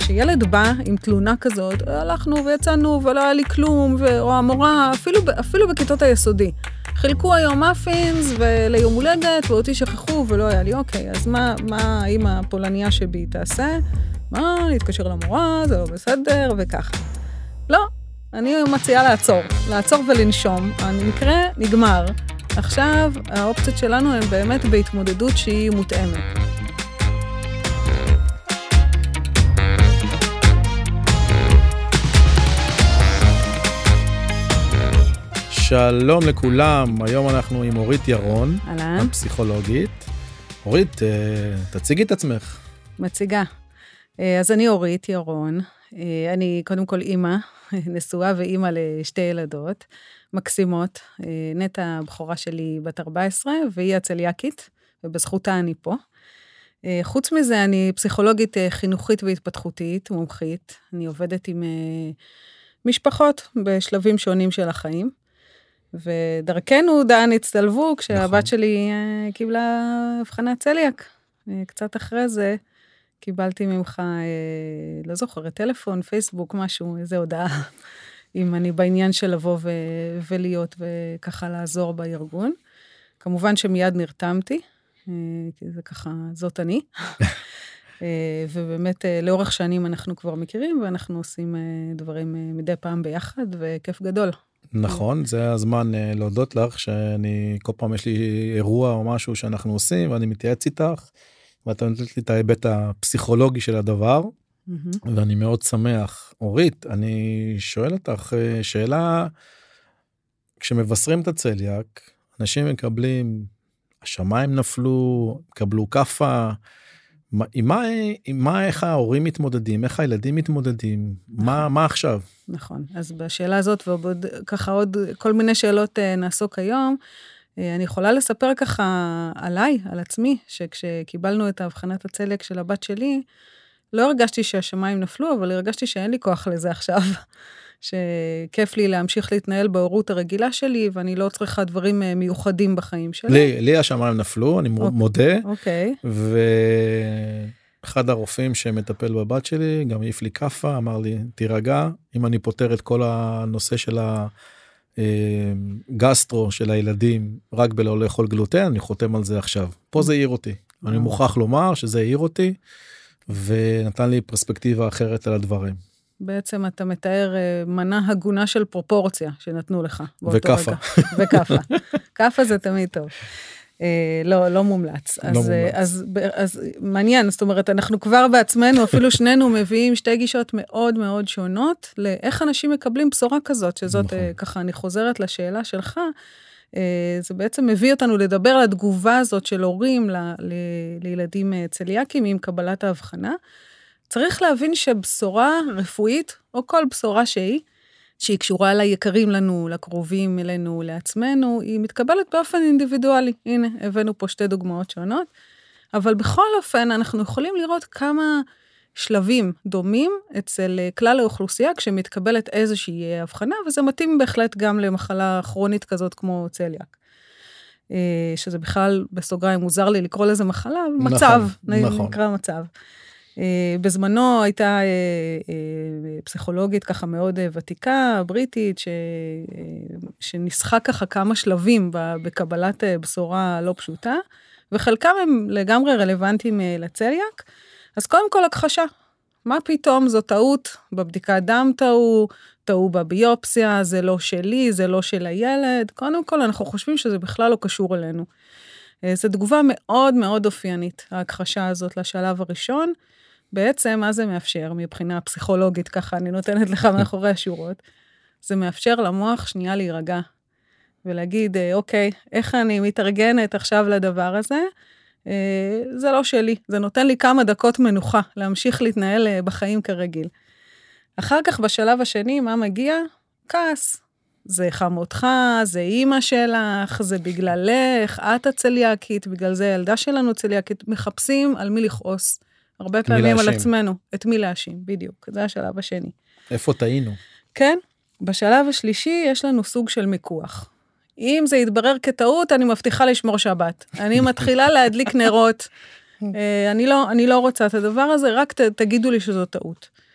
כשילד בא עם תלונה כזאת, הלכנו ויצאנו ולא היה לי כלום, או המורה, אפילו בכיתות היסודי. חילקו היום מאפינס וליום הולדת, ואותי שכחו ולא היה לי, אוקיי, אז מה האמא הפולניה שבי תעשה? להתקשר למורה, זה לא בסדר, וככה. לא, אני מציעה לעצור ולנשום. המקרה נגמר. עכשיו, האופציות שלנו הן באמת בהתמודדות שהיא מותאמת. שלום לכולם, היום אנחנו עם אורית ירון, אהלן. הפסיכולוגית. אורית, תציגי את עצמך. מציגה. אז אני אורית ירון, אני קודם כל אימא, נשואה ואימא לשתי ילדות, מקסימות. נטע הבכורה שלי בת 14, והיא הצליאקית, ובזכותה אני פה. חוץ מזה, אני פסיכולוגית חינוכית והתפתחותית, מומחית. אני עובדת עם משפחות בשלבים שונים של החיים. ודרכנו דן הצטלבו כשהבת שלי קיבלה הבחנת צליאק. קצת אחרי זה קיבלתי ממך, לא זוכרת, טלפון, פייסבוק, משהו, איזו הודעה, אם אני בעניין של לבוא ולהיות וככה לעזור בארגון. כמובן שמיד נרתמתי, כי זה ככה, זאת אני. ובאמת לאורך שנים אנחנו כבר מכירים, ואנחנו עושים דברים מדי פעם ביחד, וכיף גדול. נכון, זה הזמן להודות לך, שאני כל פעם יש לי אירוע או משהו שאנחנו עושים, ואני מתייעץ איתך, ואתה נותנת לי את ההיבט הפסיכולוגי של הדבר, ואני מאוד שמח. אורית, אני שואל אותך שאלה, כשמבשרים את הצליאק, אנשים מקבלים, השמיים נפלו, קבלו כפה, איך ההורים מתמודדים, איך הילדים מתמודדים, מה עכשיו? נכון, אז בשאלה הזאת, וככה עוד כל מיני שאלות נעסוק היום, אני יכולה לספר ככה עליי, על עצמי, שכשקיבלנו את ההבחנת הצליאק של הבת שלי, לא הרגשתי שהשמיים נפלו, אבל הרגשתי שאין לי כוח לזה עכשיו, שכיף לי להמשיך להתנהל בהורות הרגילה שלי, ואני לא צריכה דברים מיוחדים בחיים שלי. לי השמיים נפלו, אני מודה. אוקיי. ואחד הרופאים שמטפל בבת שלי, גם העיף לי כפה, אמר לי, תירגע, אם אני פותר את כל הנושא של הגסטרו של הילדים, רק בלא לאכול גלוטן, אני חותם על זה עכשיו. פה זה העיר אותי. אני מוכרח לומר שזה העיר אותי, ונתן לי פרספקטיבה אחרת על הדברים. בעצם אתה מתאר מנה הגונה של פרופורציה שנתנו לך. וכפה. וכפה. כפה זה תמיד טוב. לא מומלץ. אז מעניין, זאת אומרת, אנחנו כבר בעצמנו, אפילו שנינו מביאים שתי גישות מאוד מאוד שונות, לאיך אנשים מקבלים בשורה כזאת, שזאת ככה, אני חוזרת לשאלה שלך, זה בעצם מביא אותנו לדבר על התגובה הזאת של הורים לילדים צליאקים עם קבלת ההבחנה. צריך להבין שבשורה רפואית, או כל בשורה שהיא קשורה ליקרים לנו, לקרובים אלינו, לעצמנו, היא מתקבלת באופן אינדיבידואלי. הנה, הבאנו פה שתי דוגמאות שונות, אבל בכל אופן אנחנו יכולים לראות כמה שלבים דומים אצל כלל האוכלוסייה, כשמתקבלת איזושהי הבחנה, וזה מתאים בהחלט גם למחלה כרונית כזאת כמו צליאק. שזה בכלל בסוגריים מוזר לי לקרוא לזה מחלה, מצב, נקרא מצב. בזמנו הייתה פסיכולוגית ככה מאוד ותיקה, בריטית, שניסחה ככה כמה שלבים בקבלת בשורה לא פשוטה, וחלקם הם לגמרי רלוונטיים לצליאק. אז קודם כל הכחשה, מה פתאום זו טעות, בבדיקת דם טעו בביופסיה, זה לא שלי, זה לא של הילד, קודם כל אנחנו חושבים שזה בכלל לא קשור אלינו. זו תגובה מאוד מאוד אופיינית, ההכחשה הזאת לשלב הראשון, בעצם מה זה מאפשר מבחינה פסיכולוגית, ככה אני נותנת לך מאחורי השורות, זה מאפשר למוח שנייה להירגע, ולהגיד, אוקיי, איך אני מתארגנת עכשיו לדבר הזה, זה לא שלי, זה נותן לי כמה דקות מנוחה, להמשיך להתנהל בחיים כרגיל. אחר כך בשלב השני, מה מגיע? כעס. זה חמותך, זה אימא שלך, זה בגללך, את הצליאקית, בגלל זה הילדה שלנו צליאקית, מחפשים על מי לכעוס. הרבה פעמים על עצמנו, את מי להאשים, בדיוק. זה השלב השני. איפה טעינו? כן, בשלב השלישי יש לנו סוג של מיקוח. אם זה יתברר כטעות, אני מבטיחה לשמור שבת. אני מתחילה להדליק נרות. אני לא רוצה את הדבר הזה, רק תגידו לי שזו טעות.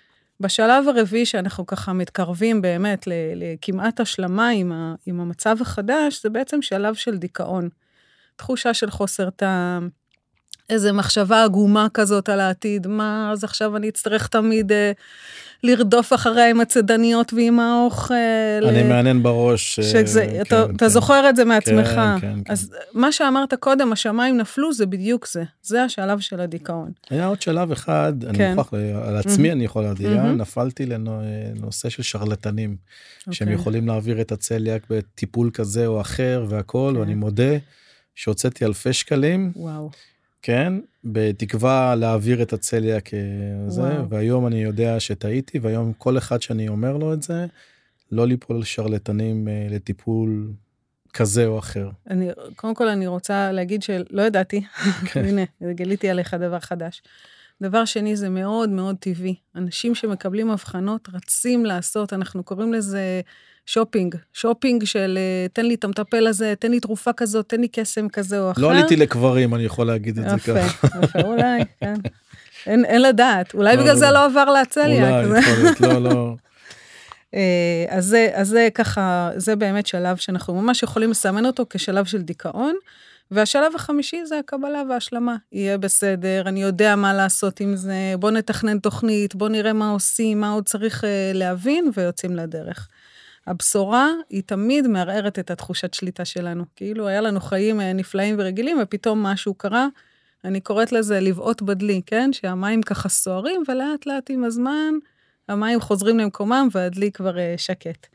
בשלב הרביעי שאנחנו ככה מתקרבים באמת לכמעט השלמה עם המצב החדש, זה בעצם שלב של דיכאון. תחושה של חוסר טעם, איזו מחשבה עגומה כזאת על העתיד, מה, אז עכשיו אני אצטרך תמיד לרדוף אחרי עם הצדניות ועם האוכל. אני מעניין בראש. אתה זוכר את זה מעצמך. אז מה שאמרת קודם, השמיים נפלו, זה בדיוק זה. זה השלב של הדיכאון. היה עוד שלב אחד, אני מוכרח, על עצמי אני יכול להדיע, נפלתי לנושא של שרלטנים, שהם יכולים להעביר את הצליאק בטיפול כזה או אחר והכל, ואני מודה שהוצאתי אלפי שקלים. וואו. כן, בתקווה להעביר את הצליאק כזה, והיום אני יודע שטעיתי, והיום כל אחד שאני אומר לו את זה, לא ליפול שרלטנים לטיפול כזה או אחר. קודם כל אני רוצה להגיד שלא ידעתי, הנה, גיליתי עליך דבר חדש. דבר שני, זה מאוד מאוד טבעי. אנשים שמקבלים הבחנות רצים לעשות, אנחנו קוראים לזה שופינג של תן לי את המטפל הזה, תן לי תרופה כזאת, תן לי קסם כזה או אחר. לא עליתי לקברים, אני יכול להגיד את זה ככה. יפה, אולי, כן. אין לדעת, אולי בגלל זה לא עבר להצליאק. אולי, יכול להיות, לא. אז זה ככה, זה באמת שלב שאנחנו ממש יכולים לסמן אותו כשלב של דיכאון, והשלב החמישי זה הקבלה וההשלמה. יהיה בסדר, אני יודע מה לעשות עם זה, בוא נתכנן תוכנית, בוא נראה מה עושים, מה עוד צריך להבין, ויוצאים לדרך. הבשורה היא תמיד מערערת את התחושת שליטה שלנו. כאילו היה לנו חיים נפלאים ורגילים, ופתאום משהו קרה, אני קוראת לזה לבעוט בדלי, כן? שהמים ככה סוערים, ולאט לאט עם הזמן, המים חוזרים למקומם, והדלי כבר שקט.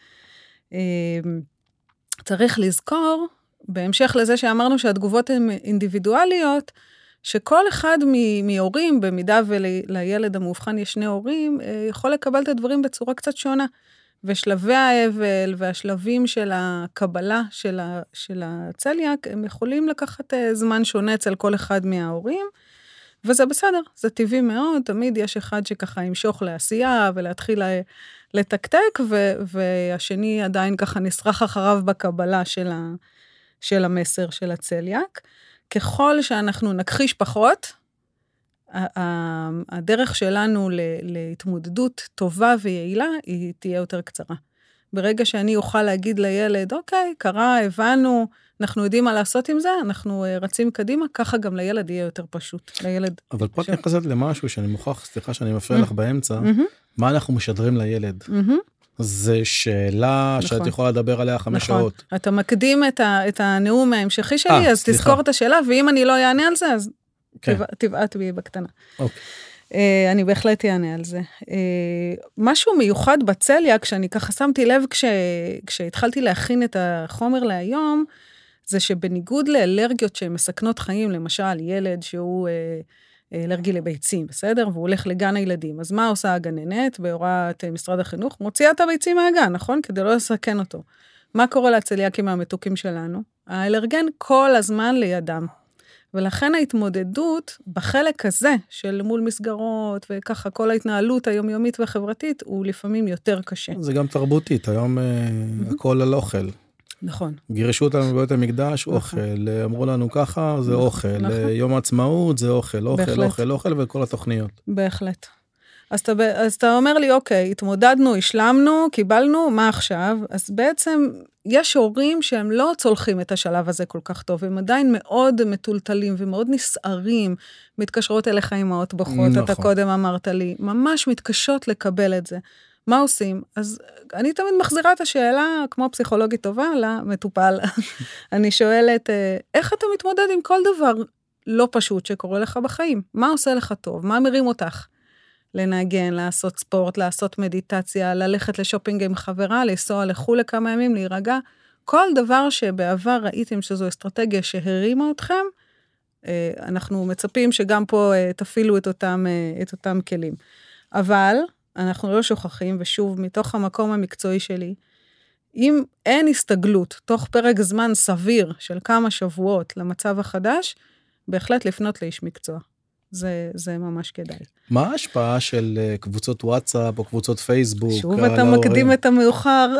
צריך לזכור, בהמשך לזה שאמרנו שהתגובות הן אינדיבידואליות, שכל אחד מהורים, במידה ולילד המאובחן יש שני הורים, יכול לקבל את הדברים בצורה קצת שונה. ושלבי האבל והשלבים של הקבלה של הצליאק, הם יכולים לקחת זמן שונה אצל כל אחד מההורים, וזה בסדר, זה טבעי מאוד, תמיד יש אחד שככה ימשוך לעשייה ולהתחיל לתקתק, והשני עדיין ככה נשרח אחריו בקבלה של המסר של הצליאק. ככל שאנחנו נכחיש פחות, הדרך שלנו להתמודדות טובה ויעילה, היא תהיה יותר קצרה. ברגע שאני אוכל להגיד לילד, אוקיי, קרה, הבנו, אנחנו יודעים מה לעשות עם זה, אנחנו רצים קדימה, ככה גם לילד יהיה יותר פשוט. אבל פה את נכנסת למשהו שאני מוכרח, סליחה שאני מפריע לך באמצע, מה אנחנו משדרים לילד? זה שאלה שאת יכולה לדבר עליה 5 שעות. אתה מקדים את הנאום ההמשכי שלי, אז תזכור את השאלה, ואם אני לא יענה על זה, אז תבעט בי בקטנה. אני בהחלט יענה על זה. משהו מיוחד בצליאק, כשאני ככה שמתי לב כשהתחלתי להכין את החומר להיום, זה שבניגוד לאלרגיות שהן מסכנות חיים, למשל ילד שהוא אלרגי לביצים, בסדר? והוא הולך לגן הילדים. אז מה עושה הגננת בהוראת משרד החינוך? מוציאה את הביצים מהגן, נכון? כדי לא לסכן אותו. מה קורה לצליאקים המתוקים שלנו? האלרגן כל הזמן לידם. ולכן ההתמודדות בחלק הזה של מול מסגרות וככה כל ההתנהלות היומיומית והחברתית הוא לפעמים יותר קשה. זה גם תרבותית, היום הכל על אוכל. נכון. גירשו אותנו בבית המקדש, אוכל, אמרו לנו ככה, זה אוכל, יום העצמאות זה אוכל, אוכל וכל התוכניות. בהחלט. אז אתה אומר לי, אוקיי, התמודדנו, השלמנו, קיבלנו, מה עכשיו? אז בעצם יש הורים שהם לא צולחים את השלב הזה כל כך טוב, הם עדיין מאוד מטולטלים ומאוד נסערים, מתקשרות אליך אימהות בוכות, נכון. אתה קודם אמרת לי, ממש מתקשות לקבל את זה. מה עושים? אז אני תמיד מחזירה את השאלה, כמו פסיכולוגית טובה, למטופל. אני שואלת, איך אתה מתמודד עם כל דבר לא פשוט שקורה לך בחיים? מה עושה לך טוב? מה מרים אותך? לנגן, לעשות ספורט, לעשות מדיטציה, ללכת לשופינג עם חברה, לנסוע לחו"ל לכמה ימים, להירגע. כל דבר שבעבר ראיתם שזו אסטרטגיה שהרימה אתכם, אנחנו מצפים שגם פה תפעילו את אותם כלים. אבל אנחנו לא שוכחים, ושוב, מתוך המקום המקצועי שלי, אם אין הסתגלות, תוך פרק זמן סביר של כמה שבועות למצב החדש, בהחלט לפנות לאיש מקצוע. זה ממש כדאי. מה ההשפעה של קבוצות וואטסאפ או קבוצות פייסבוק? שוב אתה מקדים את המאוחר.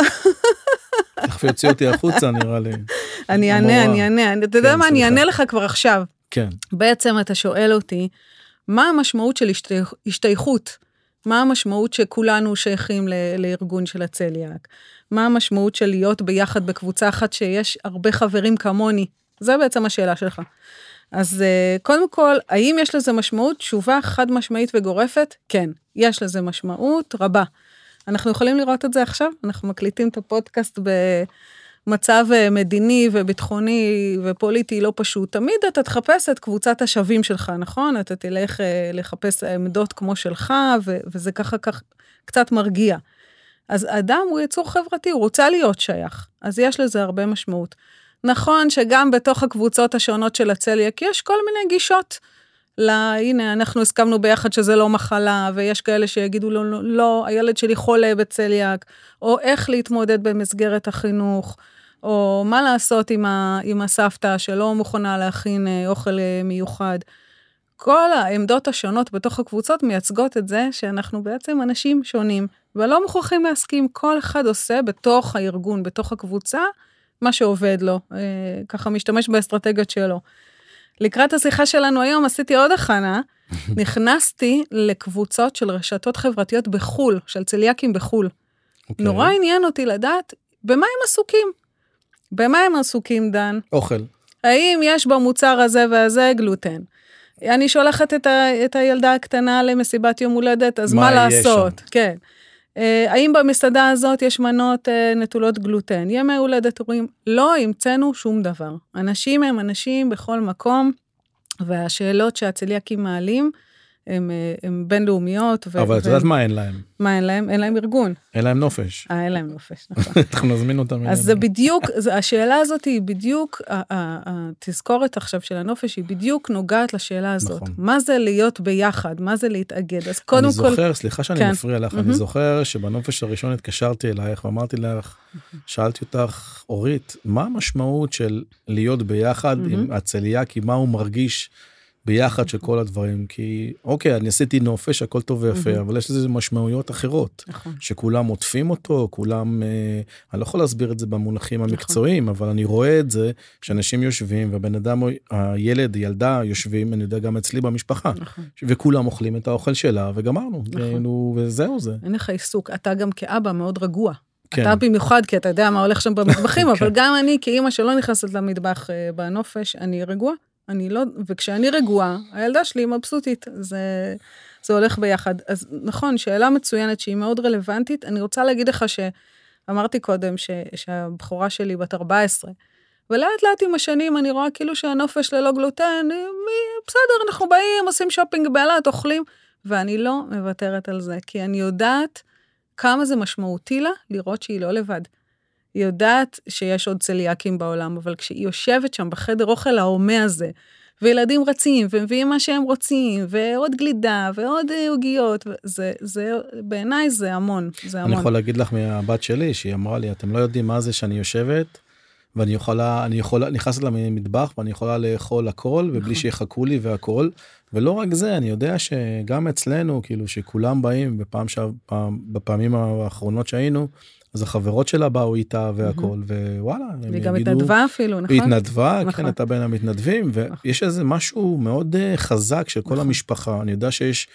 תכף יוציא אותי החוצה נראה לי. אני אענה. אתה יודע מה, אני אענה לך כבר עכשיו. כן. בעצם אתה שואל אותי, מה המשמעות של השתייכות מה המשמעות שכולנו שייכים לארגון של הצליאק? מה המשמעות של להיות ביחד בקבוצה אחת שיש הרבה חברים כמוני? זה בעצם השאלה שלך. אז קודם כל, האם יש לזה משמעות? תשובה חד משמעית וגורפת? כן, יש לזה משמעות רבה. אנחנו יכולים לראות את זה עכשיו, אנחנו מקליטים את הפודקאסט במצב מדיני וביטחוני ופוליטי לא פשוט. תמיד אתה תחפש את קבוצת השווים שלך, נכון? אתה תלך לחפש עמדות כמו שלך, וזה ככה קצת מרגיע. אז אדם הוא יצור חברתי, הוא רוצה להיות שייך, אז יש לזה הרבה משמעות. נכון שגם בתוך הקבוצות השונות של הצליאק, יש כל מיני גישות, הנה, אנחנו הסכמנו ביחד שזה לא מחלה, ויש כאלה שיגידו לו, לא, הילד שלי חולה בצליאק, או איך להתמודד במסגרת החינוך, או מה לעשות עם הסבתא שלא מוכנה להכין אוכל מיוחד. כל העמדות השונות בתוך הקבוצות מייצגות את זה שאנחנו בעצם אנשים שונים, ולא מוכרחים להסכים, כל אחד עושה בתוך הארגון, בתוך הקבוצה, מה שעובד לו, ככה משתמש באסטרטגיות שלו. לקראת השיחה שלנו היום עשיתי עוד הכנה, נכנסתי לקבוצות של רשתות חברתיות בחול, של צליאקים בחול. נורא עניין אותי לדעת, במה הם עסוקים? במה הם עסוקים, דן? אוכל. האם יש במוצר הזה והזה גלוטן? אני שולחת את הילדה הקטנה למסיבת יום הולדת, אז מה לעשות? כן. האם במסעדה הזאת יש מנות נטולות גלוטן? ימי הולדת רואים, לא המצאנו שום דבר. אנשים הם אנשים בכל מקום, והשאלות שהצליאקים מעלים, הן בינלאומיות. אבל את יודעת מה אין להם? מה אין להם? אין להם ארגון. אין להם נופש. אין להם נופש, נכון. אנחנו נזמין אותם. אז זה בדיוק, השאלה הזאת היא בדיוק, התזכורת עכשיו של הנופש, היא בדיוק נוגעת לשאלה הזאת. מה זה להיות ביחד? מה זה להתאגד? אז קודם כל... אני זוכר, סליחה שאני מפריע לך, אני זוכר שבנופש הראשון התקשרתי אלייך, ואמרתי לך, שאלתי אותך, אורית, מה המשמעות של להיות ביחד עם הצליאק, מה הוא מרגיש ביחד של כל הדברים, כי אוקיי, אני עשיתי נופש, הכל טוב ויפה, אבל יש לזה משמעויות אחרות, שכולם עוטפים אותו, כולם, אני לא יכול להסביר את זה במונחים המקצועיים, אבל אני רואה את זה, שאנשים יושבים, והבן אדם, הילד, ילדה יושבים, אני יודע גם אצלי במשפחה, וכולם אוכלים את האוכל שלה, וגמרנו, וזהו זה. אין לך עיסוק, אתה גם כאבא מאוד רגוע, אתה במיוחד, כי אתה יודע מה הולך שם במטבחים, אבל גם אני, כאימא שלא נכנסת למטבח בנופש, אני רגוע. אני לא, וכשאני רגועה, הילדה שלי מבסוטית, זה הולך ביחד. אז נכון, שאלה מצוינת שהיא מאוד רלוונטית, אני רוצה להגיד לך שאמרתי קודם שהבחורה שלי בת 14, ולאט לאט עם השנים אני רואה כאילו שהנופש ללא גלוטן, בסדר, אנחנו באים, עושים שופינג באילת, אוכלים, ואני לא מוותרת על זה, כי אני יודעת כמה זה משמעותי לה לראות שהיא לא לבד. היא יודעת שיש עוד צליאקים בעולם, אבל כשהיא יושבת שם בחדר אוכל ההומה הזה, וילדים רצים, ומביאים מה שהם רוצים, ועוד גלידה, ועוד עוגיות, בעיניי זה המון, זה המון. אני יכול להגיד לך מהבת שלי, שהיא אמרה לי, אתם לא יודעים מה זה שאני יושבת, ואני נכנסת למטבח, ואני יכולה לאכול הכל, ובלי שיחכו לי והכל, ולא רק זה, אני יודע שגם אצלנו, כאילו שכולם באים, בפעמים האחרונות שהיינו, אז החברות שלה באו איתה והכל, ווואלה. והיא גם התנדבה אפילו, נכון? היא התנדבה, כן, אתה בין המתנדבים, ויש איזה משהו מאוד חזק של כל המשפחה. אני יודע שיש,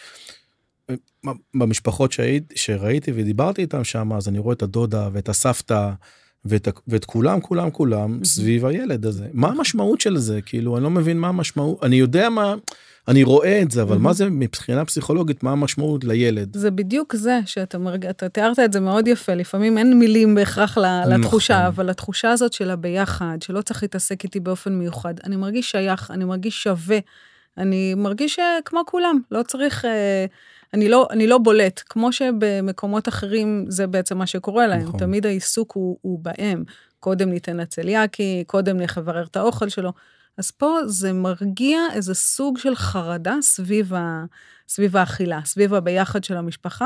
במשפחות שראיתי ודיברתי איתם שם, אז אני רואה את הדודה ואת הסבתא, ואת כולם סביב הילד הזה. מה המשמעות של זה? כאילו, אני לא מבין מה המשמעות, אני יודע מה... אני רואה את זה, אבל מה זה מבחינה פסיכולוגית, מה המשמעות לילד? זה בדיוק זה אתה תיארת את זה מאוד יפה, לפעמים אין מילים בהכרח לתחושה, אבל התחושה הזאת של הביחד, שלא צריך להתעסק איתי באופן מיוחד, אני מרגיש שייך, אני מרגיש שווה, אני מרגיש כמו כולם, לא צריך, אני לא בולט, כמו שבמקומות אחרים זה בעצם מה שקורה להם, תמיד העיסוק הוא בהם, קודם ניתן לצליאקי, קודם נחברר את האוכל שלו, אז פה זה מרגיע איזה סוג של חרדה סביב האכילה, סביב הביחד של המשפחה,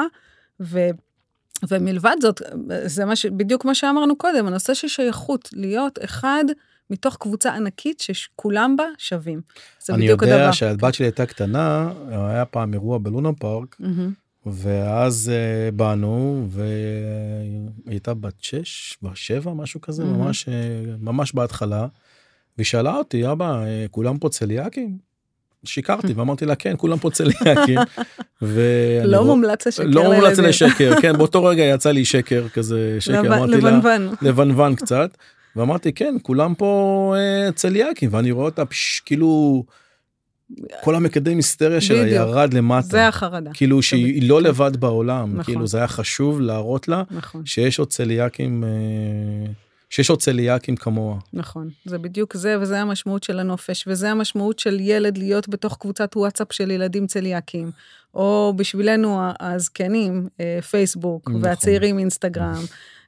ומלבד זאת, זה בדיוק מה שאמרנו קודם, הנושא של שייכות, להיות אחד מתוך קבוצה ענקית שכולם בה שווים. זה בדיוק הדבר. אני יודע שהבת שלי הייתה קטנה, היה פעם אירוע בלונה פארק, ואז באנו, והייתה בת 6, 7, משהו כזה, ממש בהתחלה, והיא שאלה אותי, אבא, כולם פה צליאקים? שיקרתי ואמרתי לה, כן, כולם פה צליאקים. לא מומלץ לשקר. לא מומלץ לשקר, כן, באותו רגע יצא לי שקר כזה, לבנוון. לבנוון קצת, ואמרתי, כן, כולם פה צליאקים, ואני רואה אותה, כאילו, כל המקדם היסטריה שלה ירד למטה. זה החרדה. כאילו שהיא לא לבד בעולם, כאילו זה היה חשוב להראות לה, שיש עוד צליאקים, שיש עוד צליאקים כמוה. נכון, זה בדיוק זה, וזה המשמעות של הנופש, וזה המשמעות של ילד להיות בתוך קבוצת וואטסאפ של ילדים צליאקים, או בשבילנו הזקנים, פייסבוק, והצעירים אינסטגרם,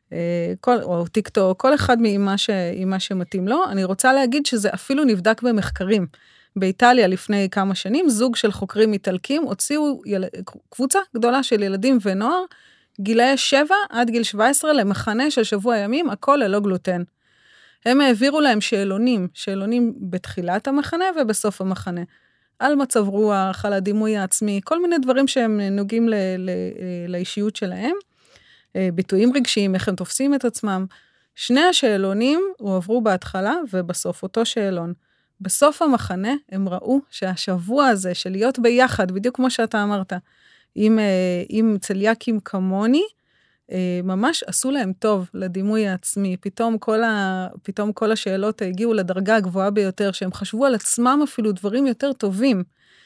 או טיק טוק, כל אחד עם מה שמתאים לו. אני רוצה להגיד שזה אפילו נבדק במחקרים. באיטליה לפני כמה שנים, זוג של חוקרים איטלקים הוציאו קבוצה גדולה של ילדים ונוער, גילאי 7 עד גיל 17 למחנה של שבוע ימים, הכל ללא גלוטן. הם העבירו להם שאלונים בתחילת המחנה ובסוף המחנה, על מצב רוח, על הדימוי העצמי, כל מיני דברים שהם נוגעים לאישיות שלהם, ביטויים רגשיים, איך הם תופסים את עצמם. שני השאלונים הועברו בהתחלה ובסוף אותו שאלון. בסוף המחנה הם ראו שהשבוע הזה של להיות ביחד, בדיוק כמו שאתה אמרת, עם צליאקים כמוני, ממש עשו להם טוב לדימוי העצמי. פתאום כל השאלות הגיעו לדרגה הגבוהה ביותר, שהם חשבו על עצמם אפילו דברים יותר טובים.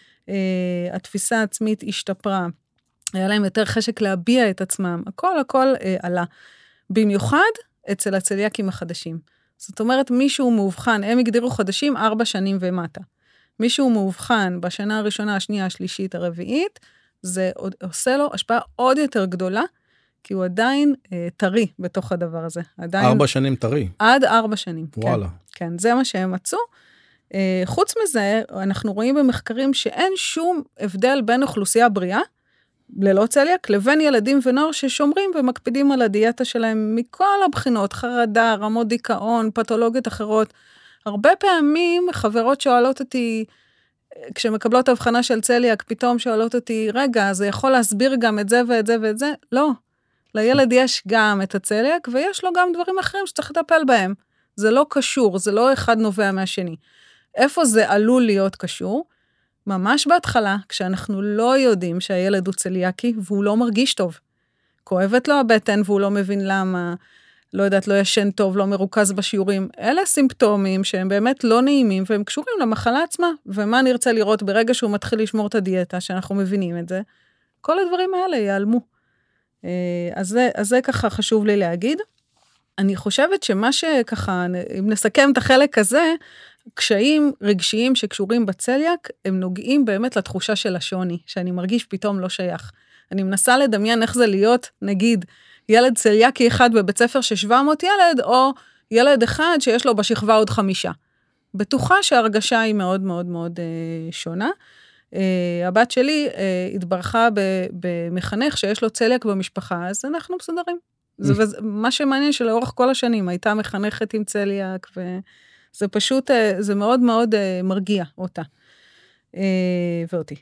התפיסה העצמית השתפרה, היה להם יותר חשק להביע את עצמם, הכל עלה. במיוחד אצל הצליאקים החדשים. זאת אומרת, מישהו מאובחן, הם הגדירו חדשים 4 שנים ומטה. מישהו מאובחן בשנה הראשונה, השנייה, השלישית, הרביעית, זה עושה לו השפעה עוד יותר גדולה, כי הוא עדיין טרי בתוך הדבר הזה. 4 שנים טרי. עד 4 שנים. וואלה. כן, זה מה שהם מצאו. חוץ מזה, אנחנו רואים במחקרים שאין שום הבדל בין אוכלוסייה בריאה, ללא צליאק, לבין ילדים ונוער ששומרים ומקפידים על הדיאטה שלהם מכל הבחינות, חרדה, רמות דיכאון, פתולוגיות אחרות. הרבה פעמים חברות שואלות אותי, כשמקבלות הבחנה של צליאק, פתאום שואלות אותי, רגע, זה יכול להסביר גם את זה ואת זה ואת זה? לא. לילד יש גם את הצליאק, ויש לו גם דברים אחרים שצריך לטפל בהם. זה לא קשור, זה לא אחד נובע מהשני. איפה זה עלול להיות קשור? ממש בהתחלה, כשאנחנו לא יודעים שהילד הוא צליאקי, והוא לא מרגיש טוב. כואבת לו הבטן, והוא לא מבין למה, לא יודעת, לא ישן טוב, לא מרוכז בשיעורים. אלה סימפטומים שהם באמת לא נעימים, והם קשורים למחלה עצמה. ומה נרצה לראות ברגע שהוא מתחיל לשמור את הדיאטה, שאנחנו מבינים את זה? כל הדברים האלה ייעלמו. אז זה ככה חשוב לי להגיד. אני חושבת שמה שככה, אם נסכם את החלק הזה, קשיים רגשיים שקשורים בצליאק, הם נוגעים באמת לתחושה של השוני, שאני מרגיש פתאום לא שייך. אני מנסה לדמיין איך זה להיות, נגיד, ילד צליאקי אחד בבית ספר ש700 ילד, או ילד אחד שיש לו בשכבה עוד 5. בטוחה שההרגשה היא מאוד מאוד מאוד שונה. הבת שלי התברכה במחנך שיש לו צליאק במשפחה, אז אנחנו מסודרים. מה שמעניין שלאורך כל השנים הייתה מחנכת עם צליאק, וזה פשוט, זה מאוד מאוד מרגיע אותה, ואותי.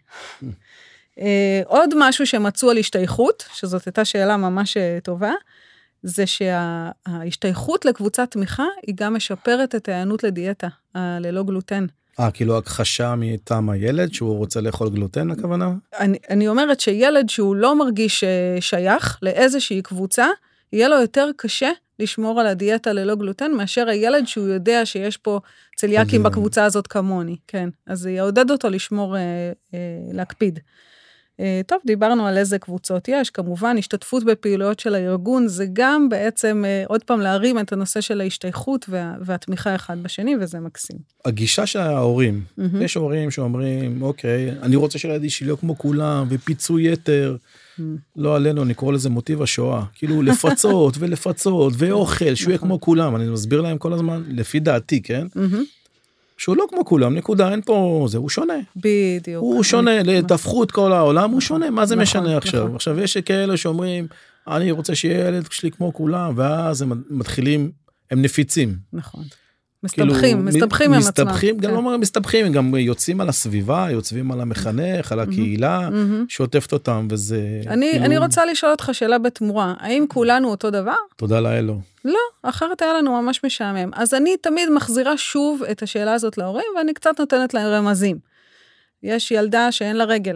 עוד משהו שמצאו על השתייכות, שזאת הייתה שאלה ממש טובה, זה שההשתייכות לקבוצת תמיכה, היא גם משפרת את הענות לדיאטה, ללא גלוטן. כאילו הכחשה מטעם הילד, שהוא רוצה לאכול גלוטן, הכוונה? אני אומרת שילד שהוא לא מרגיש שייך לאיזושהי קבוצה, יהיה לו יותר קשה לשמור על הדיאטה ללא גלוטן, מאשר הילד שהוא יודע שיש פה צליאקים בקבוצה הזאת כמוני, כן. אז זה יעודד אותו לשמור, להקפיד. טוב, דיברנו על איזה קבוצות יש, כמובן, השתתפות בפעילויות של הארגון, זה גם בעצם עוד פעם להרים את הנושא של ההשתייכות והתמיכה אחד בשני, וזה מקסים. הגישה של ההורים, יש הורים שאומרים, אוקיי, אני רוצה שלילדי שלי לא כמו כולם, ופיצוי יתר, לא עלינו, אני קורא לזה מוטיב השואה, כאילו לפצות ולפצות, ואוכל, שהוא יהיה כמו כולם, אני מסביר להם כל הזמן, לפי דעתי, כן? שהוא לא כמו כולם, נקודה, אין פה, זה, הוא שונה. בדיוק. הוא שונה, תהפכו את כל העולם, הוא שונה, מה זה משנה עכשיו? עכשיו, יש כאלה שאומרים, אני רוצה שיהיה ילד שלי כמו כולם, ואז הם מתחילים, הם נפיצים. נכון. מסתבכים עם עצמם. מסתבכים, גם לא אומרים מסתבכים, הם גם יוצאים על הסביבה, יוצאים על המחנך, על הקהילה, שעוטפת אותם, וזה... אני רוצה לשאול אותך שאלה בתמורה, האם כולנו אותו דבר? תודה לאלו. לא, אחרת היה לנו ממש משעמם. אז אני תמיד מחזירה שוב את השאלה הזאת להורים, ואני קצת נותנת להם רמזים. יש ילדה שאין לה רגל.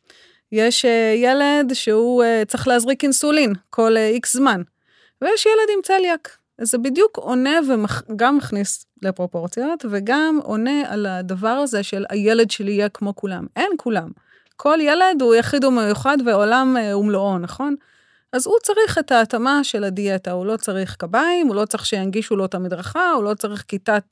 יש ילד שהוא צריך להזריק אינסולין כל איקס זמן. ויש ילד עם צליאק. אז זה בדיוק עונה וגם מכניס לפרופורציות, וגם עונה על הדבר הזה של הילד שלי יהיה כמו כולם. אין כולם. כל ילד הוא יחיד ומיוחד ועולם ומלואו, נכון? אז הוא צריך את ההתאמה של הדיאטה, הוא לא צריך קביים, הוא לא צריך שינגישו לו את המדרכה, הוא לא צריך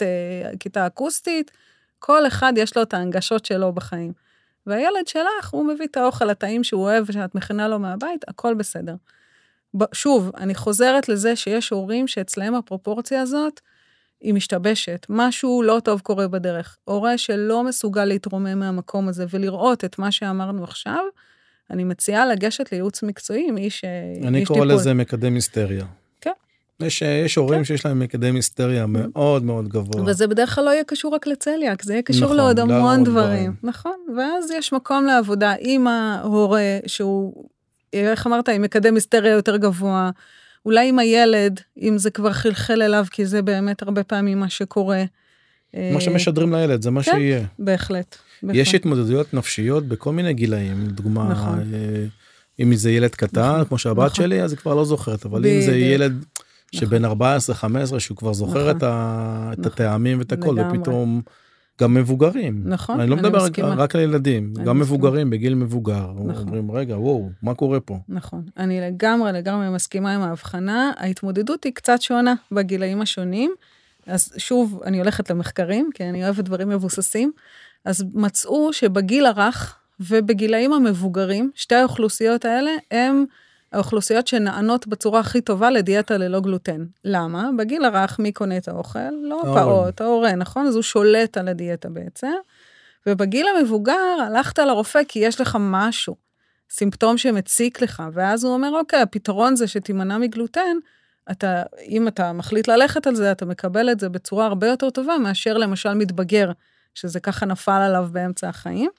כיתה אקוסטית, כל אחד יש לו את ההנגשות שלו בחיים. והילד שלך, הוא מביא את האוכל הטעים שהוא אוהב, ושאת מכינה לו מהבית, הכל בסדר. שוב, אני חוזרת לזה שיש הורים שאצלהם הפרופורציה הזאת, היא משתבשת, משהו לא טוב קורה בדרך. הורה שלא מסוגל להתרומם מהמקום הזה, ולראות את מה שאמרנו עכשיו, אני מציעה לגשת לייעוץ מקצועי, עם איש טיפול. אני קורא לזה מקדם היסטריה. כן. יש הורים שיש להם מקדם היסטריה מאוד מאוד גבוה. וזה בדרך כלל לא יהיה קשור רק לצליאק, זה יהיה קשור לעוד המון דברים. נכון, ואז יש מקום לעבודה עם ההורה, שהוא, איך אמרת, עם מקדם היסטריה יותר גבוה, אולי עם הילד, אם זה כבר חלחל אליו, כי זה באמת הרבה פעמים מה שקורה. מה שמשדרים לילד, זה מה שיהיה. בהחלט. יש התמודדויות נפשיות בכל מיני גילאים, דוגמה, אם זה ילד קטן, כמו שהבת שלי, אז היא כבר לא זוכרת, אבל אם זה ילד שבין 14-15, שהוא כבר זוכר את הטעמים ואת הכל, ופתאום גם מבוגרים. נכון. אני לא מדבר רק על ילדים, גם מבוגרים בגיל מבוגר. אומרים, רגע, וואו, מה קורה פה? נכון. אני לגמרי מסכימה עם ההבחנה. ההתמודדות היא קצת שונה בגילאים השונים. אז שוב, אני הולכת למחקרים, כי אני אוהבת דברים מבוססים. אז מצאו שבגיל הרך ובגילאים המבוגרים, שתי האוכלוסיות האלה הם האוכלוסיות שנענות בצורה הכי טובה לדיאטה ללא גלוטן. למה? בגיל הרך מי קונה את האוכל? לא פעוט, ההורה, נכון? אז הוא שולט על הדיאטה בעצם. ובגיל המבוגר הלכת לרופא כי יש לך משהו, סימפטום שמציק לך, ואז הוא אומר, אוקיי, הפתרון זה שתימנע מגלוטן, אם אתה מחליט ללכת על זה, אתה מקבל את זה בצורה הרבה יותר מאשר למשל מתבגר, שזה ככה נפל עליו באמצע החיים.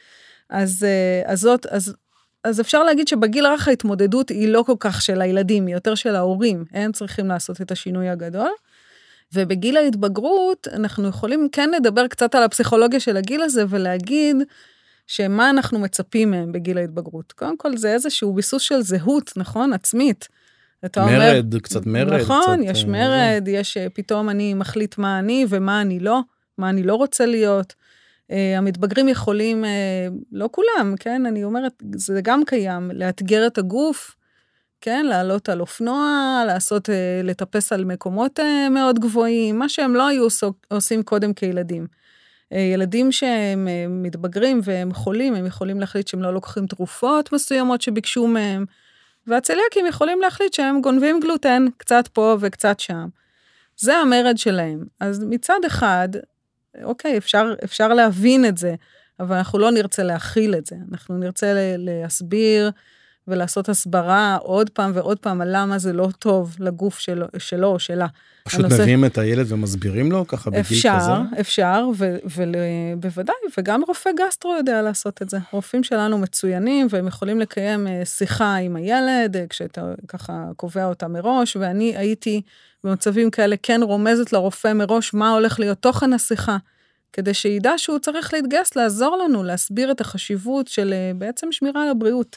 אז אפשר להגיד שבגיל הרך ההתמודדות היא לא כל כך של הילדים, היא יותר של ההורים, הם צריכים לעשות את השינוי הגדול, ובגיל ההתבגרות אנחנו יכולים כן לדבר קצת על הפסיכולוגיה של הגיל הזה, ולהגיד שמה אנחנו מצפים מהם בגיל ההתבגרות. קודם כל זה איזשהו ביסוס של זהות, נכון? עצמית. מרד, קצת מרד. נכון, יש מרד, יש פתאום אני מחליט מה אני ומה אני לא, מה אני לא רוצה להיות. המתבגרים יכולים, לא כולם, כן? אני אומרת, זה גם קיים, לאתגר את הגוף, כן? לעלות על אופנוע, לטפס על מקומות מאוד גבוהים, מה שהם לא היו עושים קודם כילדים. ילדים שהם מתבגרים והם חולים, הם יכולים להחליט שהם לא לוקחים תרופות מסוימות שביקשו מהם, והצליאקים יכולים להחליט שהם גונבים גלוטן, קצת פה וקצת שם. זה המרד שלהם. אז מצד אחד, אוקיי, אפשר להבין את זה, אבל אנחנו לא נרצה להכיל את זה. אנחנו נרצה להסביר ולעשות הסברה עוד פעם ועוד פעם, על למה זה לא טוב לגוף שלו או שלה. פשוט מביאים את הילד ומסבירים לו ככה בגיל כזה? אפשר, ובוודאי, וגם רופא גסטרו יודע לעשות את זה. רופאים שלנו מצוינים, והם יכולים לקיים שיחה עם הילד, כשאתה ככה קובע אותה מראש, ואני הייתי במצבים כאלה, כן רומזת לרופא מראש, מה הולך להיות תוכן השיחה, כדי שידע שהוא צריך להתגייס, לעזור לנו, להסביר את החשיבות של בעצם שמירה על הבריאות.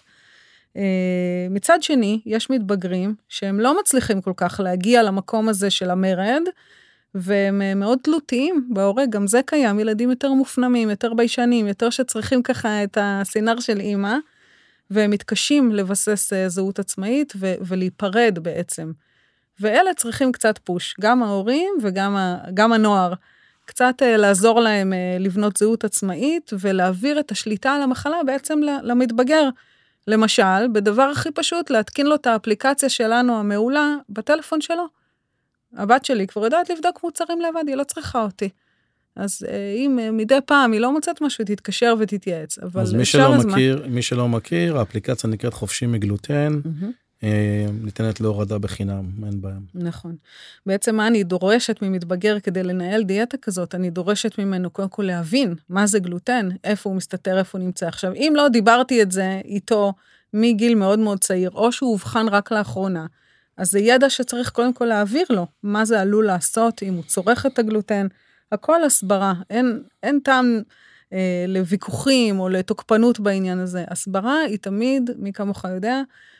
מצד שני, יש מתבגרים שהם לא מצליחים כל כך להגיע למקום הזה של המרד, והם מאוד תלותיים בהורג, גם זה קיים, ילדים יותר מופנמים, יותר ביישנים, יותר שצריכים ככה את הסינר של אימא, והם מתקשים לבסס זהות עצמאית ולהיפרד בעצם. ואלה צריכים קצת פוש, גם ההורים וגם הנוער, קצת לעזור להם לבנות זהות עצמאית, ולהעביר את השליטה על המחלה בעצם למתבגר. למשל, בדבר הכי פשוט, להתקין לו את האפליקציה שלנו המעולה בטלפון שלו. הבת שלי כבר יודעת לבדוק מוצרים לבד, היא לא צריכה אותי. אז אם מדי פעם היא לא מוצאת משהו, תתקשר ותתייעץ. אז מי שלא מכיר, האפליקציה נקראת חופשי מגלוטן, ניתנת להורדה בחינם, אין בעיה. נכון. בעצם מה אני דורשת ממתבגר כדי לנהל דיאטה כזאת, אני דורשת ממנו קודם כל להבין מה זה גלוטן, איפה הוא מסתתר, איפה הוא נמצא. עכשיו, אם לא דיברתי את זה איתו מגיל מאוד מאוד צעיר, או שהוא הובחן רק לאחרונה, אז זה ידע שצריך קודם כל להעביר לו, מה זה עלול לעשות אם הוא צורך את הגלוטן, הכל הסברה, אין טעם לוויכוחים או לתוקפנות בעניין הזה. הסברה היא תמיד, מי כמוך יודע,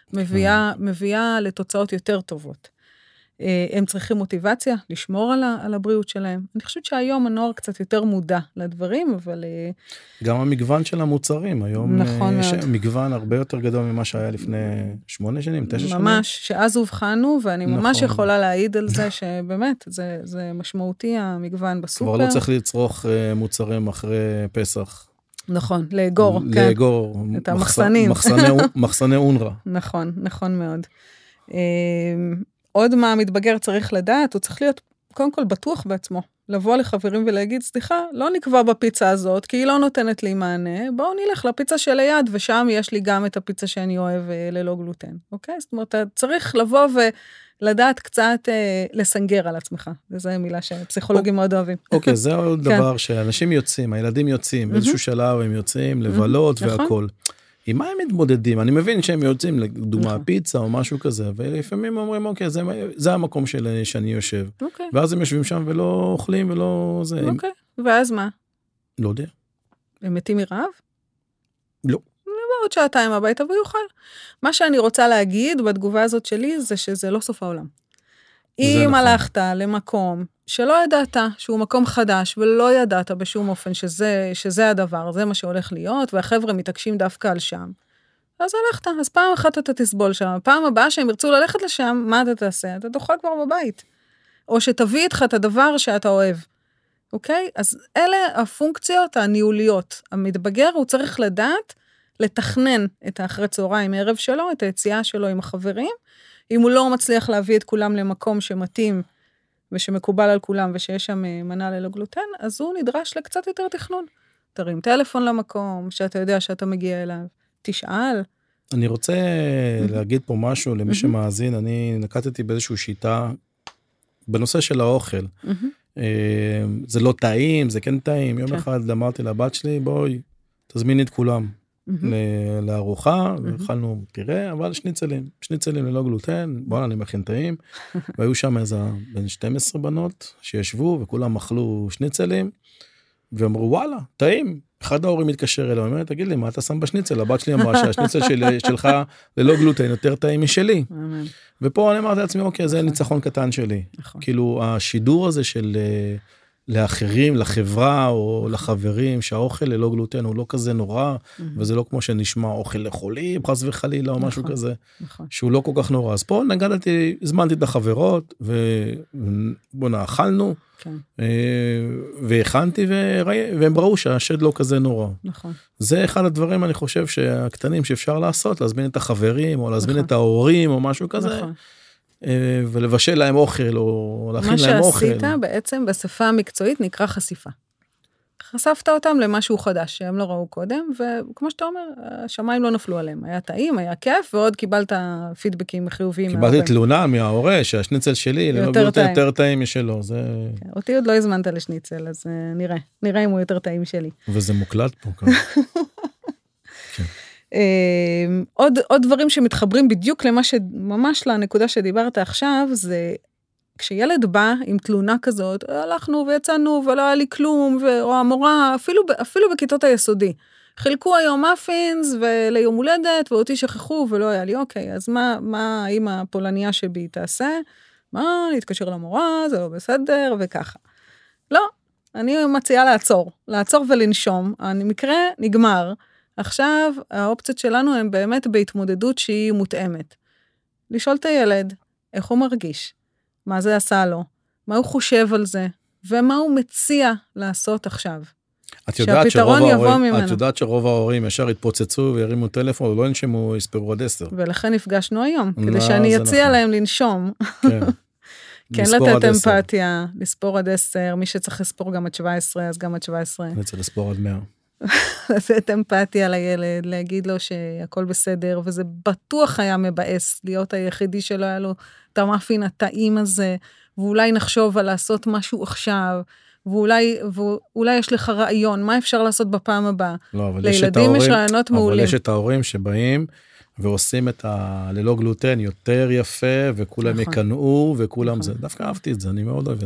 מביאה לתוצאות יותר טובות. הם צריכים מוטיבציה, לשמור על הבריאות שלהם. אני חושבת שהיום הנוער קצת יותר מודע לדברים, אבל... גם המגוון של המוצרים, היום נכון יש מאוד. מגוון הרבה יותר גדול ממה שהיה לפני 8 שנים, 9 שנים. ממש, שאז הובחנו, ואני ממש נכון. יכולה להעיד על זה, שבאמת, זה משמעותי המגוון בסופר. כבר לא צריך לצרוך מוצרים אחרי פסח. נכון, לאגור, כן. לאגור. את המחסנים. מחסני אונרה. נכון, נכון מאוד. עוד מה המתבגר צריך לדעת, הוא צריך להיות קודם כל בטוח בעצמו, לבוא לחברים ולהגיד, סליחה, לא נקבע בפיצה הזאת, כי היא לא נותנת לי מענה, בואו נלך לפיצה שליד, ושם יש לי גם את הפיצה שאני אוהב ללא גלוטן, אוקיי? זאת אומרת, אתה צריך לבוא ולדעת קצת לסנגר על עצמך, וזו מילה שפסיכולוגים מאוד אוהבים. אוקיי, זה עוד דבר שאנשים יוצאים, הילדים יוצאים, באיזשהו שלב הם יוצאים לבלות והכל. עם מה הם מתמודדים? אני מבין שהם יוצאים לדוגמה פיצה או משהו כזה, ולפעמים אומרים, אוקיי, זה המקום שאני יושב. ואז הם יושבים שם ולא אוכלים ולא זה. אוקיי, ואז מה? לא יודע. הם מתים מרעב? לא. עוד שעתיים הביתה ויוכל. מה שאני רוצה להגיד בתגובה הזאת שלי, זה שזה לא סוף העולם. אם הלכת למקום שלא ידעת שהוא מקום חדש, ולא ידעת בשום אופן שזה הדבר, זה מה שהולך להיות, והחבר'ה מתעקשים דווקא על שם, אז הלכת, אז פעם אחת אתה תסבול שם, פעם הבאה שהם ירצו ללכת לשם, מה אתה תעשה? אתה תאכל כבר בבית. או שתביא איתך את הדבר שאתה אוהב. אוקיי? אז אלה הפונקציות הניהוליות. המתבגר הוא צריך לדעת, לתכנן את האחרי צהריים ערב שלו, את היציאה שלו עם החברים, אם הוא לא מצליח להביא את כולם למקום שמתאים, ושמקובל על כולם, ושיש שם מנה ללא גלוטן, אז הוא נדרש לקצת יותר תכנון. תרים טלפון למקום, שאתה יודע שאתה מגיע אליו, תשאל. אני רוצה להגיד פה משהו למי שמאזין, אני נקטתי באיזושהי שיטה, בנושא של האוכל. זה לא טעים, זה כן טעים. יום אחד אמרתי לבת שלי, בואי, תזמיני את כולם. לארוחה, ואכלנו פירה, אבל שניצלים ללא גלוטן, בואו אני מכין טעים, והיו שם איזה בין 12 בנות שישבו, וכולם אכלו שניצלים, ואמרו וואלה, טעים, אחד ההורים מתקשר אליו, אומר, תגיד לי, מה אתה שם בשניצל? הבת שלי אמרה שהשניצל שלך ללא גלוטן יותר טעים משלי, ופה אני אמרתי לעצמי, אוקיי, זה ניצחון קטן שלי, כאילו השידור הזה של לאחרים, לחברה או לחברים, שהאוכל ללא גלוטן הוא לא כזה נורא, וזה לא כמו שנשמע אוכל לחולים, חס וחלילה או משהו כזה, שהוא לא כל כך נורא. אז פה נגדתי, הזמנתי את החברות, ובואו אכלנו, והכנתי, והם ראו שהשד לא כזה נורא. זה אחד הדברים, אני חושב, שהקטנים שאפשר לעשות, להזמין את החברים, או להזמין את ההורים, או משהו כזה, ולבשל להם אוכל, או להכין להם אוכל. מה שעשית בעצם בשפה המקצועית נקרא חשיפה. חשפת אותם למשהו חדש שהם לא ראו קודם, וכמו שאתה אומר, השמיים לא נפלו עליהם. היה טעים, היה כיף, ועוד קיבלת פידבקים חיוביים. קיבלתי תלונה מההורה שהשניצל שלי יותר טעים משלו. אותי עוד לא הזמנת לשניצל, אז נראה אם הוא יותר טעים שלי. וזה מוקלט פה כאן. עוד דברים שמתחברים בדיוק ממש לנקודה שדיברת עכשיו, זה כשילד בא עם תלונה כזאת, הלכנו ויצאנו ולא היה לי כלום, או המורה, אפילו בכיתות היסודי, חילקו היום מאפינס וליום הולדת, ואותי שכחו ולא היה לי, אוקיי, אז מה האמא הפולניה שבי תעשה? מה, להתקשר למורה, זה לא בסדר, וככה. לא, אני מציעה לעצור ולנשום, המקרה נגמר, עכשיו, האופציות שלנו הן באמת בהתמודדות שהיא מותאמת. לשאול את הילד, איך הוא מרגיש, מה זה עשה לו, מה הוא חושב על זה, ומה הוא מציע לעשות עכשיו. שהפתרון יבוא ממנו. את יודעת שרוב ההורים ישר התפוצצו וירימו טלפון, ולא ינשמו, יספרו עד 10. ולכן נפגשנו היום, כדי שאני אציע להם לנשום. כן לתת אמפתיה, לספור עד 10, מי שצריך לספור גם עד 17, אז גם עד 17. אני צריך לספור עד 100. לתת אמפתיה לילד, להגיד לו שהכל בסדר, וזה בטוח היה מבאס, להיות היחידי שלא היה לו את המאפין הטעים הזה, ואולי נחשוב על לעשות משהו עכשיו, ואולי יש לך רעיון, מה אפשר לעשות בפעם הבאה? לא, אבל לילדים יש רעיונות מעולים. אבל יש את ההורים שבאים, ועושים את הללא גלוטן יותר יפה, וכולם יקנאו, וכולם זה. דווקא אהבתי את זה, אני מאוד אוהב את זה.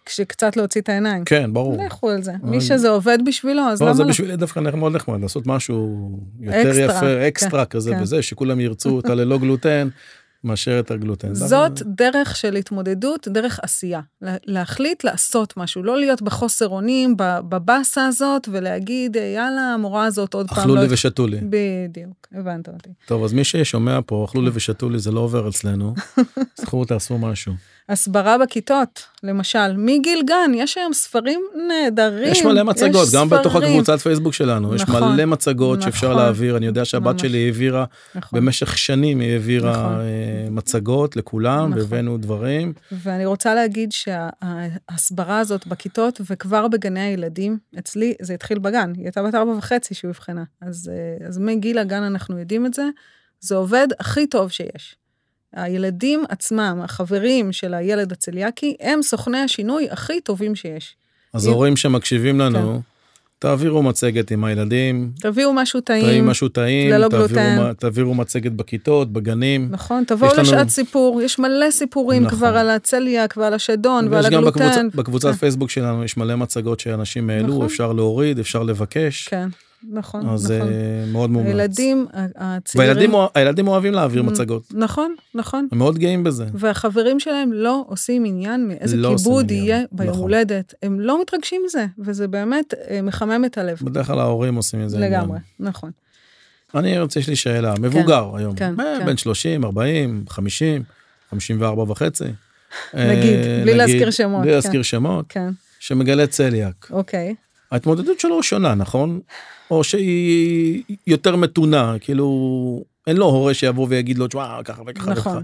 כשקצת להוציא את העיניים. כן, ברור. לכו על זה. מי שזה עובד בשבילו, אז למה לא? זה בשבילי דווקא מאוד נחמד, לעשות משהו יותר יפה, אקסטרה כזה וזה, שכולם ירצו אותה ללא גלוטן, מאשר את הגלוטן. זאת דרך של התמודדות, דרך עשייה. להחליט לעשות משהו, לא להיות בחוסר אונים, בבאסה הזאת, ולהגיד, יאללה, המורה הזאת עוד פעם לא... אכלו לי ושתו לי. בדיוק, הבנת אותי. טוב, אז מי ששומע פה, אכלו לי ושתו לי, זה לא עובר אצלנו. זכרו, תעשו משהו. הסברה בכיתות, למשל, מגיל גן, יש היום ספרים נהדרים. יש מלא מצגות, גם בתוך הקבוצת פייסבוק שלנו, יש מלא מצגות שאפשר להעביר, אני יודע שהבת שלי העבירה, במשך שנים היא העבירה מצגות לכולם, והבאנו דברים. ואני רוצה להגיד שההסברה הזאת בכיתות, וכבר בגני הילדים, אצלי זה התחיל בגן, היא הייתה בת 4.5 שהוא הבחנה, אז מגיל הגן אנחנו יודעים את זה, זה עובד הכי טוב שיש. הילדים עצמם, החברים של הילד הצליאקי, הם סוכני השינוי הכי טובים שיש. אז הורים שמקשיבים לנו, תעבירו מצגת עם הילדים. תביאו משהו טעים. ללא גלוטן. תעבירו מצגת בכיתות, בגנים. נכון, תבואו לשעת סיפור. יש מלא סיפורים כבר על הצליאק ועל השדון ועל הגלוטן. יש גם בקבוצת פייסבוק שלנו, יש מלא מצגות שאנשים העלו, אפשר להוריד, אפשר לבקש. כן. נכון, אז זה מאוד מומלץ. הילדים הצעירים... והילדים אוהבים להעביר מצגות. נכון, נכון. הם מאוד גאים בזה. והחברים שלהם לא עושים עניין מאיזה כיבוד יהיה ביום הולדת. הם לא מתרגשים מזה, וזה באמת מחמם את הלב. בדרך כלל ההורים עושים את זה. לגמרי, נכון. אני רוצה, יש לי שאלה, מבוגר היום. בין 30, 40, 50, 54 וחצי. נגיד, בלי להזכיר שמות. בלי להזכיר שמות. שמגלה צליאק. אוקיי. ההתמודדות שלו שונה, נכון? או שהיא יותר מתונה, כאילו, אין לו הורה שיבוא ויגיד לו, תשמע, ככה וככה וככה.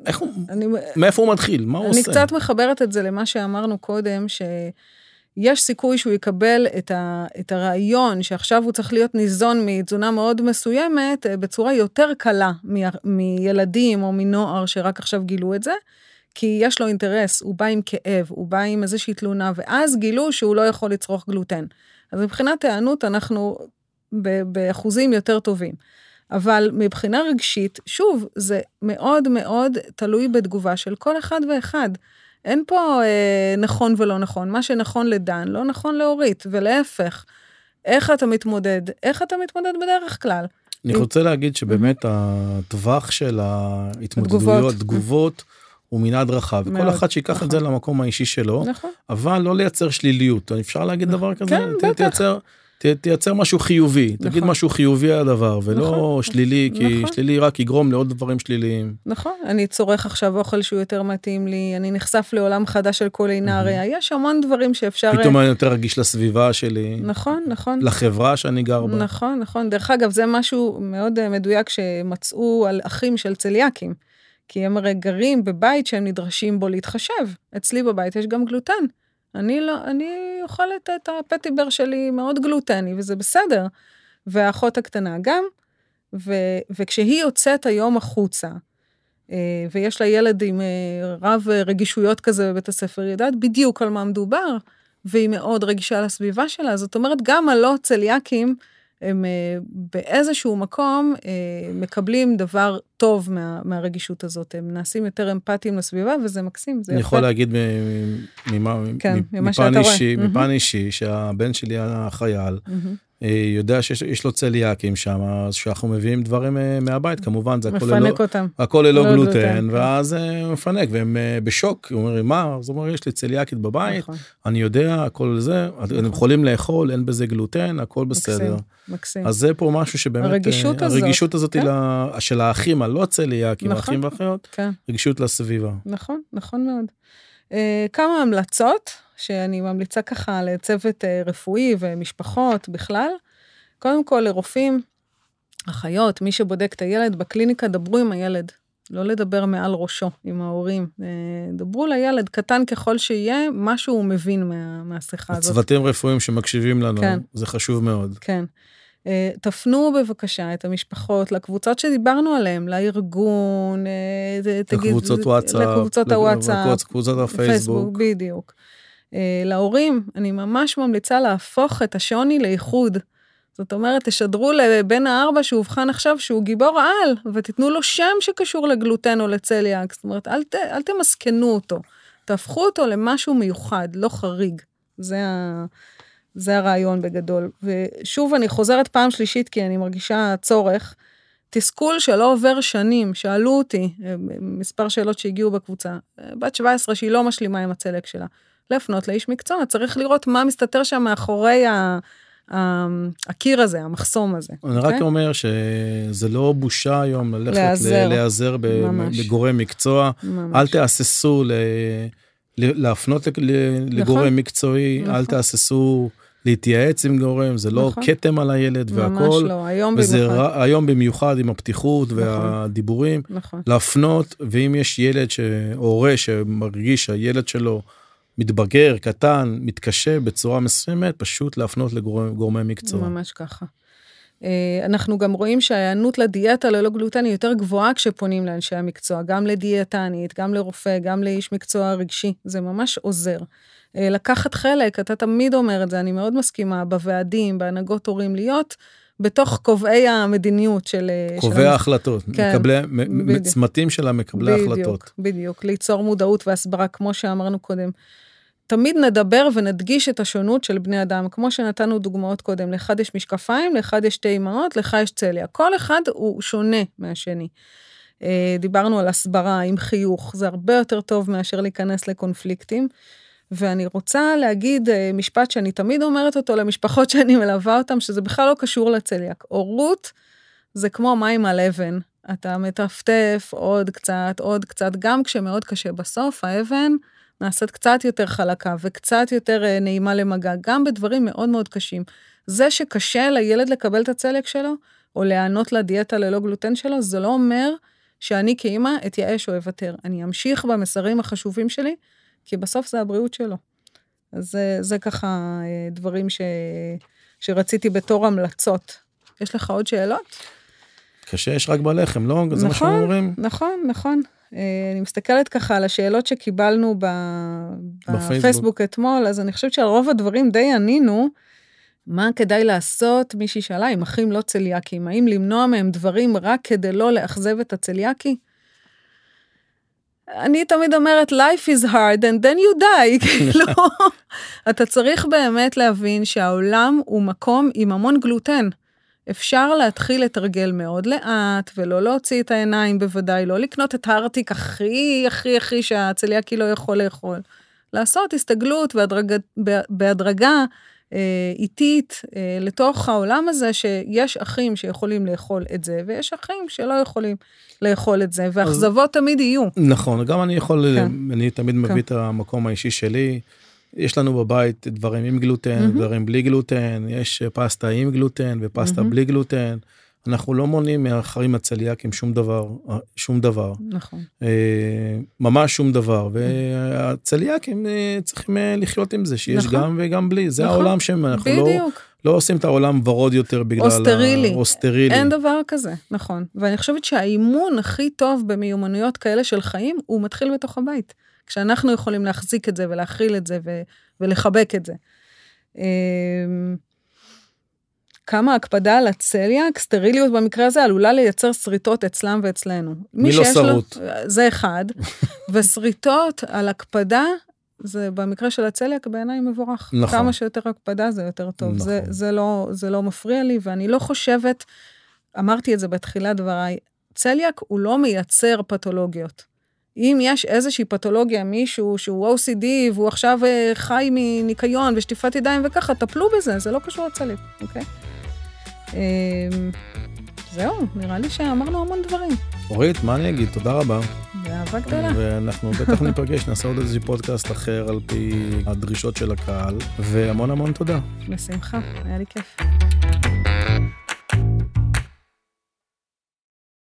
מאיפה הוא מתחיל? מה הוא עושה? אני קצת מחברת את זה למה שאמרנו קודם, שיש סיכוי שהוא יקבל את הרעיון, שעכשיו הוא צריך להיות ניזון מתזונה מאוד מסוימת, בצורה יותר קלה מילדים או מנוער שרק עכשיו גילו את זה, כי יש לו אינטרס, הוא בא עם כאב, הוא בא עם איזושהי תלונה, ואז גילו שהוא לא יכול לצרוך גלוטן. אז מבחינת הענות אנחנו באחוזים יותר טובים. אבל מבחינה רגשית, שוב, זה מאוד מאוד תלוי בתגובה של כל אחד ואחד. אין פה נכון ולא נכון. מה שנכון לדן, לא נכון להורית, ולהפך. איך אתה מתמודד? איך אתה מתמודד בדרך כלל? אני רוצה להגיד שבאמת הטווח של ההתמודדויות, תגובות, הוא מנעד רחב, וכל אחד שיקח את זה למקום האישי שלו, אבל לא לייצר שליליות. אפשר להגיד דבר כזה? תייצר משהו חיובי, תגיד משהו חיובי על הדבר, ולא שלילי, כי שלילי רק יגרום לעוד דברים שליליים. נכון, אני צורך עכשיו אוכל שהוא יותר מתאים לי, אני נחשף לעולם חדש של קולינריה, יש המון דברים שאפשר... פתאום אני יותר רגיש לסביבה שלי. נכון, נכון. לחברה שאני גר בה. נכון, נכון. דרך אגב, זה משהו מאוד מדויק שמצאו על אחים של צליאקים. כי הם הרי גרים בבית שהם נדרשים בו להתחשב. אצלי בבית יש גם גלוטן. אני אוכלת את הפטיבר שלי מאוד גלוטני, וזה בסדר. והאחות הקטנה גם, וכשהיא יוצאת היום החוצה, ויש לה ילד עם רב רגישויות כזה בבית הספר, היא יודעת בדיוק על מה מדובר, והיא מאוד רגישה לסביבה שלה. זאת אומרת, גם הלא צליאקים, הם באיזשהו מקום מקבלים דבר טוב מהרגישות הזאת, הם נעשים יותר אמפתיים לסביבה, וזה מקסים. אני יכול להגיד מפן אישי, שהבן שלי החייל, יודע שיש לו צליאקים שם, אז שאנחנו מביאים דברים מהבית, כמובן, זה הכל ללא גלוטן, ואז הוא מפנק, והם בשוק, הוא אומר, מה? אז הוא אומר, יש לי צליאקית בבית, אני יודע, הכל זה, הם יכולים לאכול, אין בזה גלוטן, הכל בסדר. אז זה פה משהו שבאמת, הרגישות הזאת של האחים הלא צליאקים, האחים והאחיות, רגישות לסביבה. נכון, נכון מאוד. כמה המלצות, שאני ממליצה ככה לצוות רפואי ומשפחות בכלל. קודם כל לרופאים, אחיות, מי שבודק את הילד בקליניקה, דברו עם הילד. לא לדבר מעל ראשו עם ההורים. דברו לילד, קטן ככל שיהיה, משהו הוא מבין מהשיחה הזאת. הצוותים רפואיים שמקשיבים לנו, זה חשוב מאוד. כן. תפנו בבקשה את המשפחות לקבוצות שדיברנו עליהן, לארגון, לקבוצות וואטסאפ, לקבוצות הפייסבוק. בדיוק. להורים, אני ממש ממליצה להפוך את השוני לאיחוד. זאת אומרת, תשדרו לבן הארבע שהובחן עכשיו שהוא גיבור על, ותיתנו לו שם שקשור לגלוטן או לצליאק. זאת אומרת, אל תמסכנו אותו. תהפכו אותו למשהו מיוחד, לא חריג. זה הרעיון בגדול. ושוב, אני חוזרת פעם שלישית, כי אני מרגישה צורך, תסכול שלא עובר שנים, שאלו אותי, מספר שאלות שהגיעו בקבוצה, בת 17 שהיא לא משלימה עם הצלק שלה, לפנות לאיש מקצוע, צריך לראות מה מסתתר שם מאחורי הקיר הזה, המחסום הזה. אני רק אומר שזה לא בושה היום ללכת להיעזר בגורם מקצוע, אל תאססו להפנות לגורם מקצועי, אל תאססו להתייעץ עם גורם, זה לא קטם על הילד והכל. ממש לא, היום במיוחד. היום במיוחד עם הפתיחות והדיבורים, להפנות, ואם יש ילד או הורה שמרגיש שהילד שלו מתבגר, קטן, מתקשה בצורה מסוימת, פשוט להפנות לגורמי מקצוע. ממש ככה. אנחנו גם רואים שההיענות לדיאטה ללא גלוטן היא יותר גבוהה כשפונים לאנשי המקצוע, גם לדיאטנית, גם לרופא, גם לאיש מקצוע רגשי, זה ממש עוזר. לקחת חלק, אתה תמיד אומר את זה, אני מאוד מסכימה, בוועדים, בהנהגות הורים, להיות בתוך קובעי המדיניות של... קובעי ההחלטות, צמתים של מקבלי ההחלטות. בדיוק, ליצור מודעות והסברה, כמו שאמרנו קודם. תמיד נדבר ונדגיש את השונות של בני אדם, כמו שנתנו דוגמאות קודם, לאחד יש משקפיים, לאחד יש 2 אמהות, לך יש צליאק. כל אחד הוא שונה מהשני. דיברנו על הסברה עם חיוך, זה הרבה יותר טוב מאשר להיכנס לקונפליקטים, ואני רוצה להגיד משפט שאני תמיד אומרת אותו למשפחות שאני מלווה אותם, שזה בכלל לא קשור לצליאק. הורות זה כמו מים על אבן, אתה מטפטף עוד קצת, גם כשמאוד קשה בסוף, האבן נעשית קצת יותר חלקה, וקצת יותר נעימה למגע, גם בדברים מאוד מאוד קשים. זה שקשה לילד לקבל את הצליאק שלו, או להיענות לדיאטה ללא גלוטן שלו, זה לא אומר שאני כאמא אתייאש או אוותר. אני אמשיך במסרים החשובים שלי, כי בסוף זה הבריאות שלו. אז זה ככה דברים שרציתי בתור המלצות. יש לך עוד שאלות? קשה, יש רק בלחם, לא? זה מה שאנחנו אומרים? נכון. אני מסתכלת ככה על השאלות שקיבלנו בפייסבוק אתמול, אז אני חושבת שעל רוב הדברים די ענינו, מה כדאי לעשות, מישהי שאלה, עם אחים לא צליאקים, האם למנוע מהם דברים רק כדי לא לאכזב את הצליאקי? אני תמיד אומרת, life is hard and then you die, כאילו, אתה צריך באמת להבין שהעולם הוא מקום עם המון גלוטן, אפשר להתחיל לתרגל מאוד לאט, ולא להוציא את העיניים בוודאי, לא לקנות את הארטיק הכי שהצליאקי לא יכול לאכול, לעשות הסתגלות בהדרגה איטית לתוך העולם הזה, שיש אחים שיכולים לאכול את זה, ויש אחים שלא יכולים לאכול את זה, ואכזבות תמיד יהיו. נכון, גם אני תמיד מביא את המקום האישי שלי, יש לנו בבית דברים עם גלוטן, דברים בלי גלוטן, יש פסטה עם גלוטן ופסטה בלי גלוטן, אנחנו לא מונעים מאחרים הצליאקים שום דבר. נכון. ממש שום דבר, והצליאקים צריכים לחיות עם זה, שיש גם וגם בלי, זה העולם שאנחנו לא עושים את העולם ורוד יותר בגלל אוסטרילי. אין דבר כזה, נכון. ואני חושבת שהאימון הכי טוב במיומנויות כאלה של חיים, הוא מתחיל בתוך הבית. כשאנחנו יכולים להחזיק את זה ולהכיל את זה ולחבק את זה. כמה הקפדה על הצליאק, סטריליות במקרה הזה, עלולה לייצר שריטות אצלם ואצלנו. מי לא שרוט. זה אחד. ושריטות על הקפדה, זה במקרה של הצליאק בעיניי מבורך. נכון. כמה שיותר הקפדה זה יותר טוב. נכון. זה לא מפריע לי, ואני לא חושבת, אמרתי את זה בתחילת דבריי, צליאק הוא לא מייצר פתולוגיות. אם יש איזושהי פתולוגיה, מישהו שהוא OCD, והוא עכשיו חי מניקיון ושטיפת ידיים וככה, טפלו בזה, זה לא קשור לצליאק, אוקיי? זהו, נראה לי שאמרנו המון דברים. אורית, מה אני אגיד? תודה רבה. באהבה גדולה. ואנחנו בטח ניפגש, נעשה עוד איזושהי פודקאסט אחר על פי הדרישות של הקהל, והמון המון תודה. בשמחה, היה לי כיף.